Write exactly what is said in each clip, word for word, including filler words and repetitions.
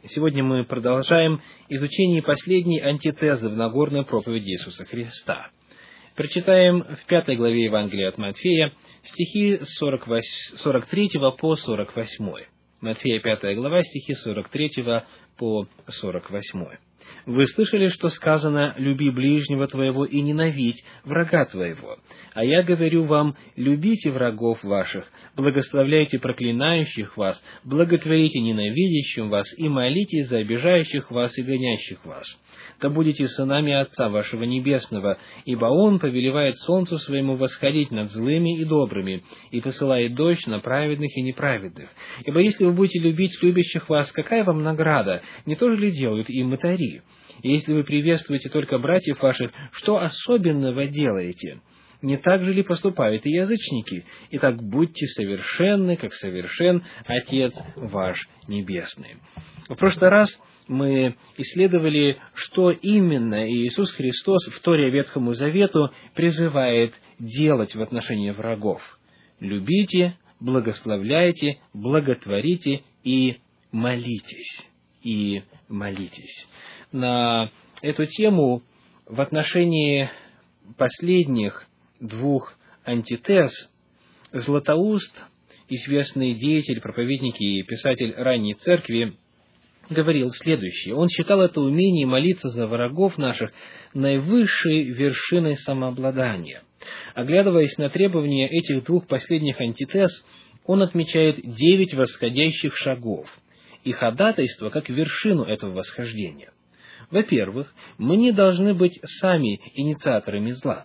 Сегодня мы продолжаем изучение последней антитезы в Нагорной проповеди Иисуса Христа. Прочитаем в пятой главе Евангелия от Матфея стихи с сорок третьего по сорок восьмой. Матфея, пятая глава, стихи с сорок третьего по сорок восьмой. «Вы слышали, что сказано: люби ближнего твоего и ненавидь врага твоего. А я говорю вам: любите врагов ваших, благословляйте проклинающих вас, благотворите ненавидящим вас и молитесь за обижающих вас и гонящих вас. Да будете сынами Отца вашего Небесного, ибо Он повелевает солнцу своему восходить над злыми и добрыми, и посылает дождь на праведных и неправедных. Ибо если вы будете любить любящих вас, какая вам награда? Не то же ли делают и мытари? И если вы приветствуете только братьев ваших, что особенного делаете? Не так же ли поступают и язычники? Итак, будьте совершенны, как совершен Отец ваш Небесный». В прошлый раз мы исследовали, что именно Иисус Христос в Торе Ветхому Завету призывает делать в отношении врагов. Любите, благословляйте, благотворите и молитесь. И молитесь. На эту тему в отношении последних двух антитез Златоуст, известный деятель, проповедник и писатель ранней церкви, говорил следующее. Он считал это умение молиться за врагов наших наивысшей вершиной самообладания. Оглядываясь на требования этих двух последних антитез, он отмечает девять восходящих шагов и ходатайство как вершину этого восхождения. Во-первых, мы не должны быть сами инициаторами зла.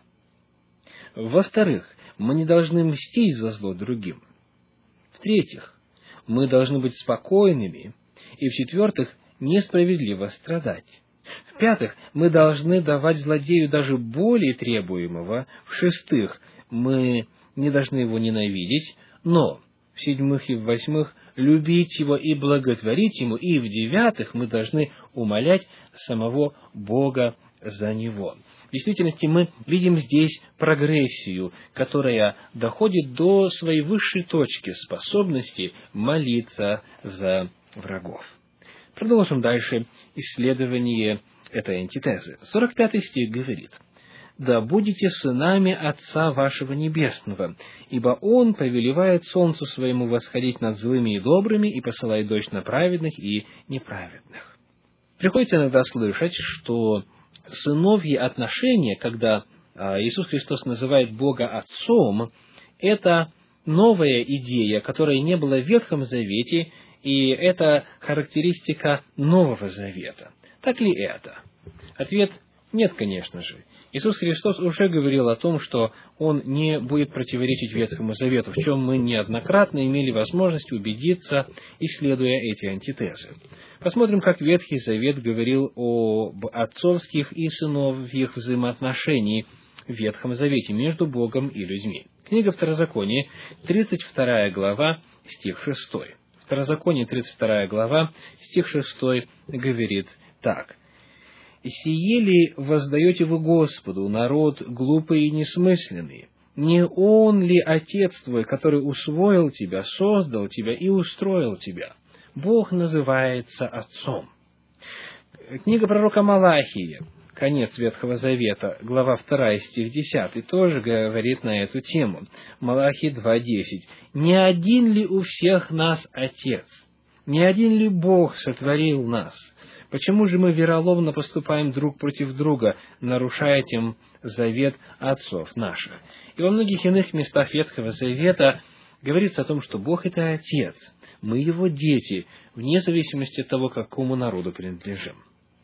Во-вторых, мы не должны мстить за зло другим. В-третьих, мы должны быть спокойными. И в-четвертых, несправедливо страдать. В-пятых, мы должны давать злодею даже более требуемого. В-шестых, мы не должны его ненавидеть, но в-седьмых и в-восьмых, любить его и благотворить ему, и в-девятых, мы должны умолять самого Бога за него. В действительности мы видим здесь прогрессию, которая доходит до своей высшей точки способности молиться за врагов. Продолжим дальше исследование этой антитезы. сорок пятый стих говорит: «Да будете сынами Отца вашего Небесного, ибо Он повелевает солнцу своему восходить над злыми и добрыми и посылает дождь на праведных и неправедных». Приходится иногда слышать, что сыновьи отношения, когда Иисус Христос называет Бога Отцом, это новая идея, которая не была в Ветхом Завете, и это характеристика Нового Завета. Так ли это? Ответ – нет, конечно же. Иисус Христос уже говорил о том, что Он не будет противоречить Ветхому Завету, в чем мы неоднократно имели возможность убедиться, исследуя эти антитезы. Посмотрим, как Ветхий Завет говорил об отцовских и сыновьих взаимоотношениях в Ветхом Завете между Богом и людьми. Книга Второзакония, тридцать вторая глава, стих шестой. Второзаконие, тридцать вторая глава, стих шестой, говорит так: «Сие ли воздаете вы Господу, народ глупый и несмысленный? Не Он ли Отец твой, который усвоил тебя, создал тебя и устроил тебя? Бог называется Отцом». Книга пророка Малахии, конец Ветхого Завета, глава вторая, стих десятый, тоже говорит на эту тему. Малахии два десять. «Не один ли у всех нас Отец? Не один ли Бог сотворил нас? Почему же мы вероломно поступаем друг против друга, нарушая тем завет отцов наших?» И во многих иных местах Ветхого Завета говорится о том, что Бог — это Отец, мы Его дети, вне зависимости от того, к какому народу принадлежим.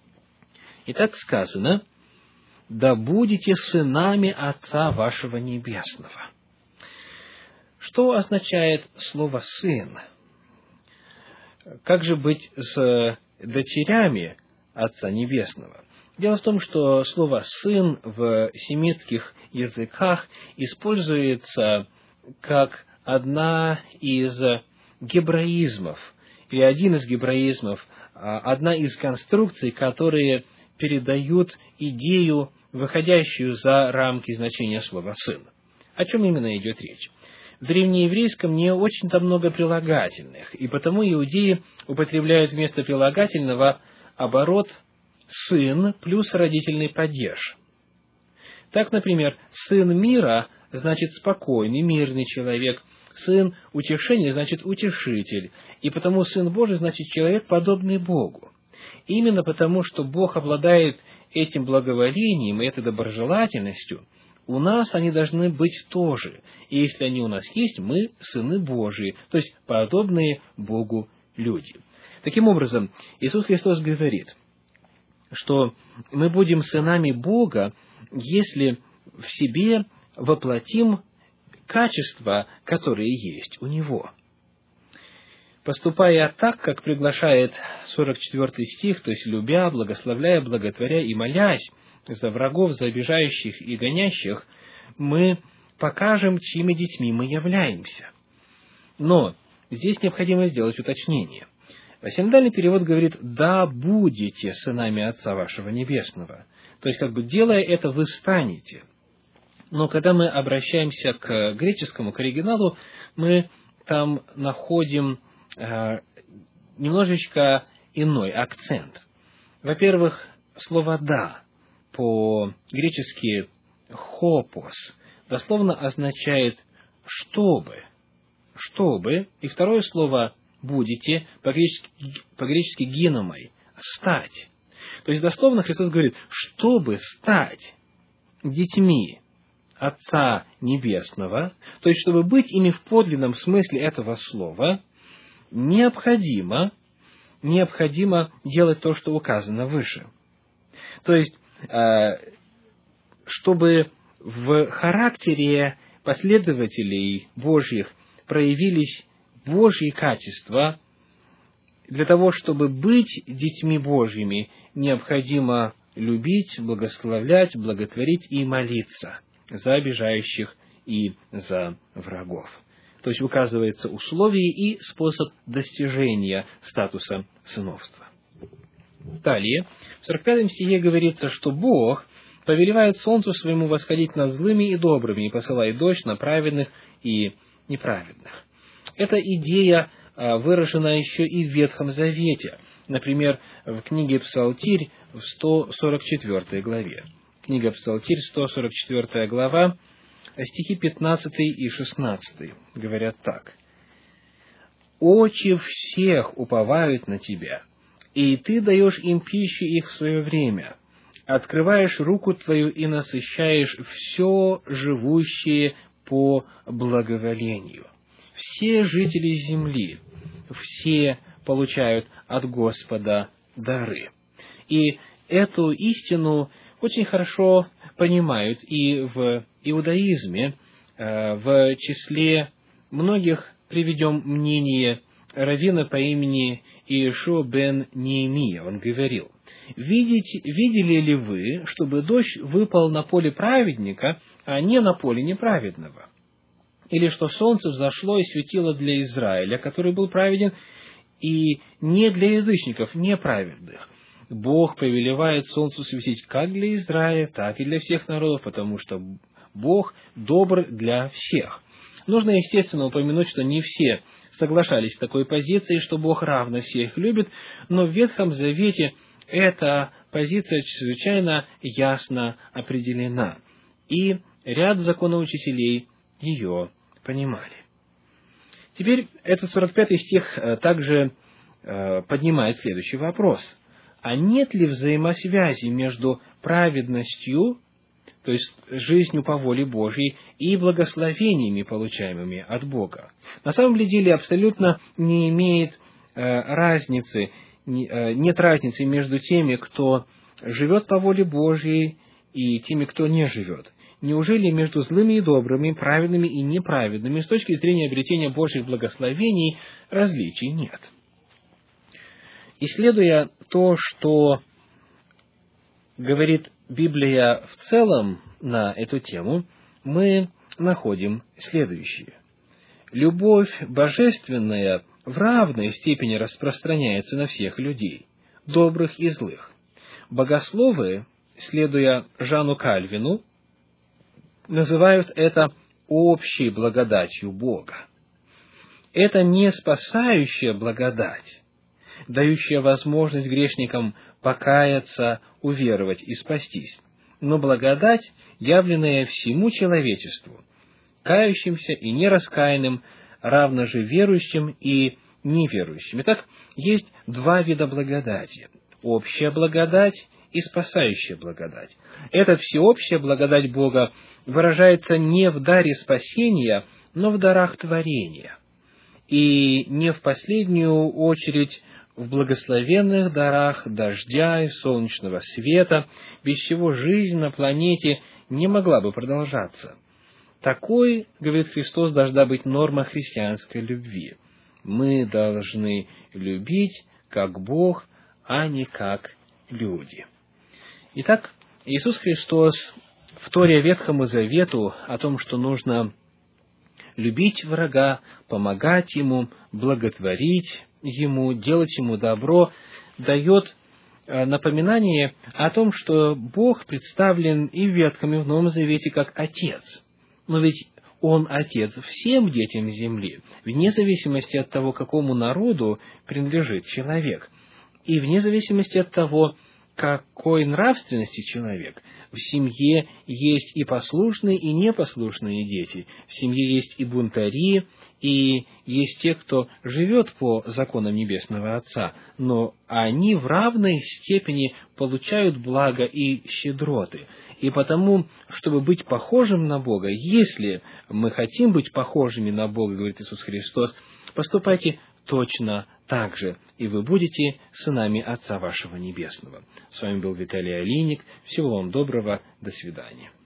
Итак, сказано: «Да будете сынами Отца вашего Небесного». Что означает слово «сын»? Как же быть с дочерями Отца Небесного? Дело в том, что слово «сын» в семитских языках используется как одна из гебраизмов, или один из гебраизмов, одна из конструкций, которые передают идею, выходящую за рамки значения слова «сын». О чем именно идет речь? в древнееврейском не очень-то много прилагательных, и потому иудеи употребляют вместо прилагательного оборот «сын» плюс родительный падеж. Так, например, «сын мира» значит спокойный, мирный человек, «сын утешения» значит утешитель, и потому «сын Божий» значит человек, подобный Богу. Именно потому, что Бог обладает этим благоволением и этой доброжелательностью, у нас они должны быть тоже. И если они у нас есть, мы сыны Божии, то есть подобные Богу люди. Таким образом, Иисус Христос говорит, что мы будем сынами Бога, если в себе воплотим качества, которые есть у Него. Поступая так, как приглашает сорок четвёртый стих, то есть любя, благословляя, благотворя и молясь за врагов, за обижающих и гонящих, мы покажем, чьими детьми мы являемся. Но здесь необходимо сделать уточнение. Синодальный перевод говорит «да будете сынами Отца вашего Небесного». То есть, как бы делая это, вы станете. Но когда мы обращаемся к греческому, к оригиналу, мы там находим э, немножечко иной акцент. Во-первых, слово «да» по-гречески «хопос» дословно означает «чтобы». «Чтобы». И второе слово «будете» по-гречески, по-гречески «гиномai» – «стать». То есть, дословно Христос говорит, чтобы стать детьми Отца Небесного, то есть, чтобы быть ими в подлинном смысле этого слова, необходимо, необходимо делать то, что указано выше. То есть, чтобы в характере последователей Божьих проявились Божьи качества, для того, чтобы быть детьми Божьими, необходимо любить, благословлять, благотворить и молиться за обижающих и за врагов. То есть указывается условие и способ достижения статуса сыновства. Далее, в сорок пятом стихе говорится, что Бог повелевает солнцу своему восходить над злыми и добрыми и посылает дождь на праведных и неправедных. Эта идея выражена еще и в Ветхом Завете. Например, в книге Псалтирь в сто сорок четвёртой главе. Книга Псалтирь, сто сорок четвёртая глава, стихи пятнадцатый и шестнадцатый говорят так. «Очи всех уповают на Тебя, и Ты даешь им пищу их в свое время. Открываешь руку Твою и насыщаешь все живущее по благоволению». Все жители земли, все получают от Господа дары. И эту истину очень хорошо понимают и в иудаизме. В числе многих приведем мнение раввина по имени Иешуа бен Неемия. Он говорил: «Видите, видели ли вы, чтобы дождь выпал на поле праведника, а не на поле неправедного? Или что солнце взошло и светило для Израиля, который был праведен, и не для язычников, неправедных? Бог повелевает солнцу светить как для Израиля, так и для всех народов, потому что Бог добр для всех». Нужно, естественно, упомянуть, что не все соглашались с такой позицией, что Бог равно всех любит, но в Ветхом Завете эта позиция чрезвычайно ясно определена, и ряд законоучителей ее понимали. Теперь этот сорок пятый стих также поднимает следующий вопрос. А нет ли взаимосвязи между праведностью, то есть жизнью по воле Божьей, и благословениями, получаемыми от Бога? На самом деле абсолютно не имеет разницы, нет разницы между теми, кто живет по воле Божьей, и теми, кто не живет. Неужели между злыми и добрыми, праведными и неправедными с точки зрения обретения Божьих благословений различий нет? Исследуя то, что говорит Библия в целом на эту тему, мы находим следующее. Любовь божественная в равной степени распространяется на всех людей, добрых и злых. Богословы, следуя Жану Кальвину, называют это общей благодатью Бога. Это не спасающая благодать, дающая возможность грешникам покаяться, уверовать и спастись, но благодать, явленная всему человечеству, кающимся и нераскаянным, равно же верующим и неверующим. Итак, есть два вида благодати: общая благодать и спасающая благодать. Эта всеобщая благодать Бога выражается не в даре спасения, но в дарах творения, и не в последнюю очередь в благословенных дарах дождя и солнечного света, без чего жизнь на планете не могла бы продолжаться. Такой, говорит Христос, должна быть норма христианской любви. Мы должны любить как Бог, а не как люди. Итак, Иисус Христос, вторя Ветхому Завету о том, что нужно любить врага, помогать ему, благотворить ему, делать ему добро, дает напоминание о том, что Бог представлен и в Ветхом, и в Новом Завете как Отец. Но ведь Он Отец всем детям земли, вне зависимости от того, какому народу принадлежит человек, и вне зависимости от того, какой нравственности человек. В семье есть и послушные, и непослушные дети. В семье есть и бунтари, и есть те, кто живет по законам Небесного Отца, но они в равной степени получают благо и щедроты. И потому, чтобы быть похожим на Бога, если мы хотим быть похожими на Бога, говорит Иисус Христос, поступайте точно так же, и вы будете сынами Отца вашего Небесного. С вами был Виталий Алиник. Всего вам доброго. До свидания.